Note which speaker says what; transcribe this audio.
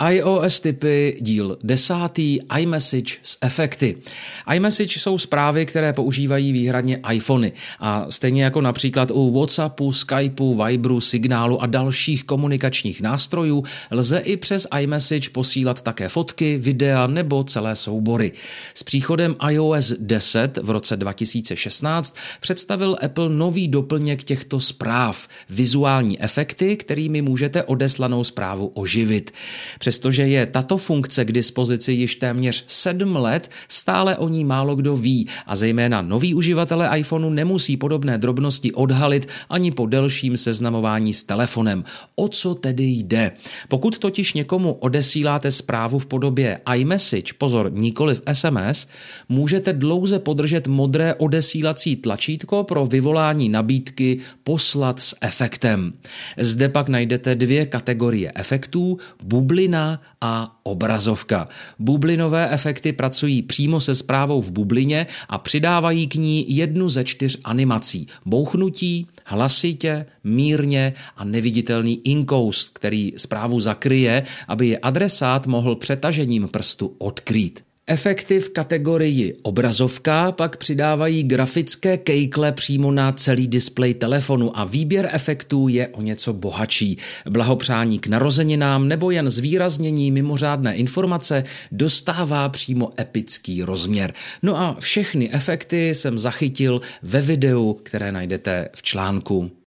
Speaker 1: iOS tipy, díl 10. iMessage s efekty. iMessage jsou zprávy, které používají výhradně iPhony a stejně jako například u WhatsAppu, Skypeu, Viberu, Signálu a dalších komunikačních nástrojů lze i přes iMessage posílat také fotky, videa nebo celé soubory. S příchodem iOS 10 v roce 2016 představil Apple nový doplněk těchto zpráv, vizuální efekty, kterými můžete odeslanou zprávu oživit. Přestože je tato funkce k dispozici již téměř 7 let, stále o ní málo kdo ví a zejména noví uživatelé iPhoneu nemusí podobné drobnosti odhalit ani po delším seznamování s telefonem. O co tedy jde? Pokud totiž někomu odesíláte zprávu v podobě iMessage, pozor, nikoliv SMS, můžete dlouze podržet modré odesílací tlačítko pro vyvolání nabídky poslat s efektem. Zde pak najdete 2 kategorie efektů, bublina a obrazovka. Bublinové efekty pracují přímo se zprávou v bublině a přidávají k ní 1 ze 4 animací. Bouchnutí, hlasitě, mírně a neviditelný inkoust, který zprávu zakryje, aby je adresát mohl přetažením prstu odkrýt. Efekty v kategorii obrazovka pak přidávají grafické kejkle přímo na celý displej telefonu a výběr efektů je o něco bohatší. Blahopřání k narozeninám nebo jen zvýraznění mimořádné informace dostává přímo epický rozměr. No a všechny efekty jsem zachytil ve videu, které najdete v článku.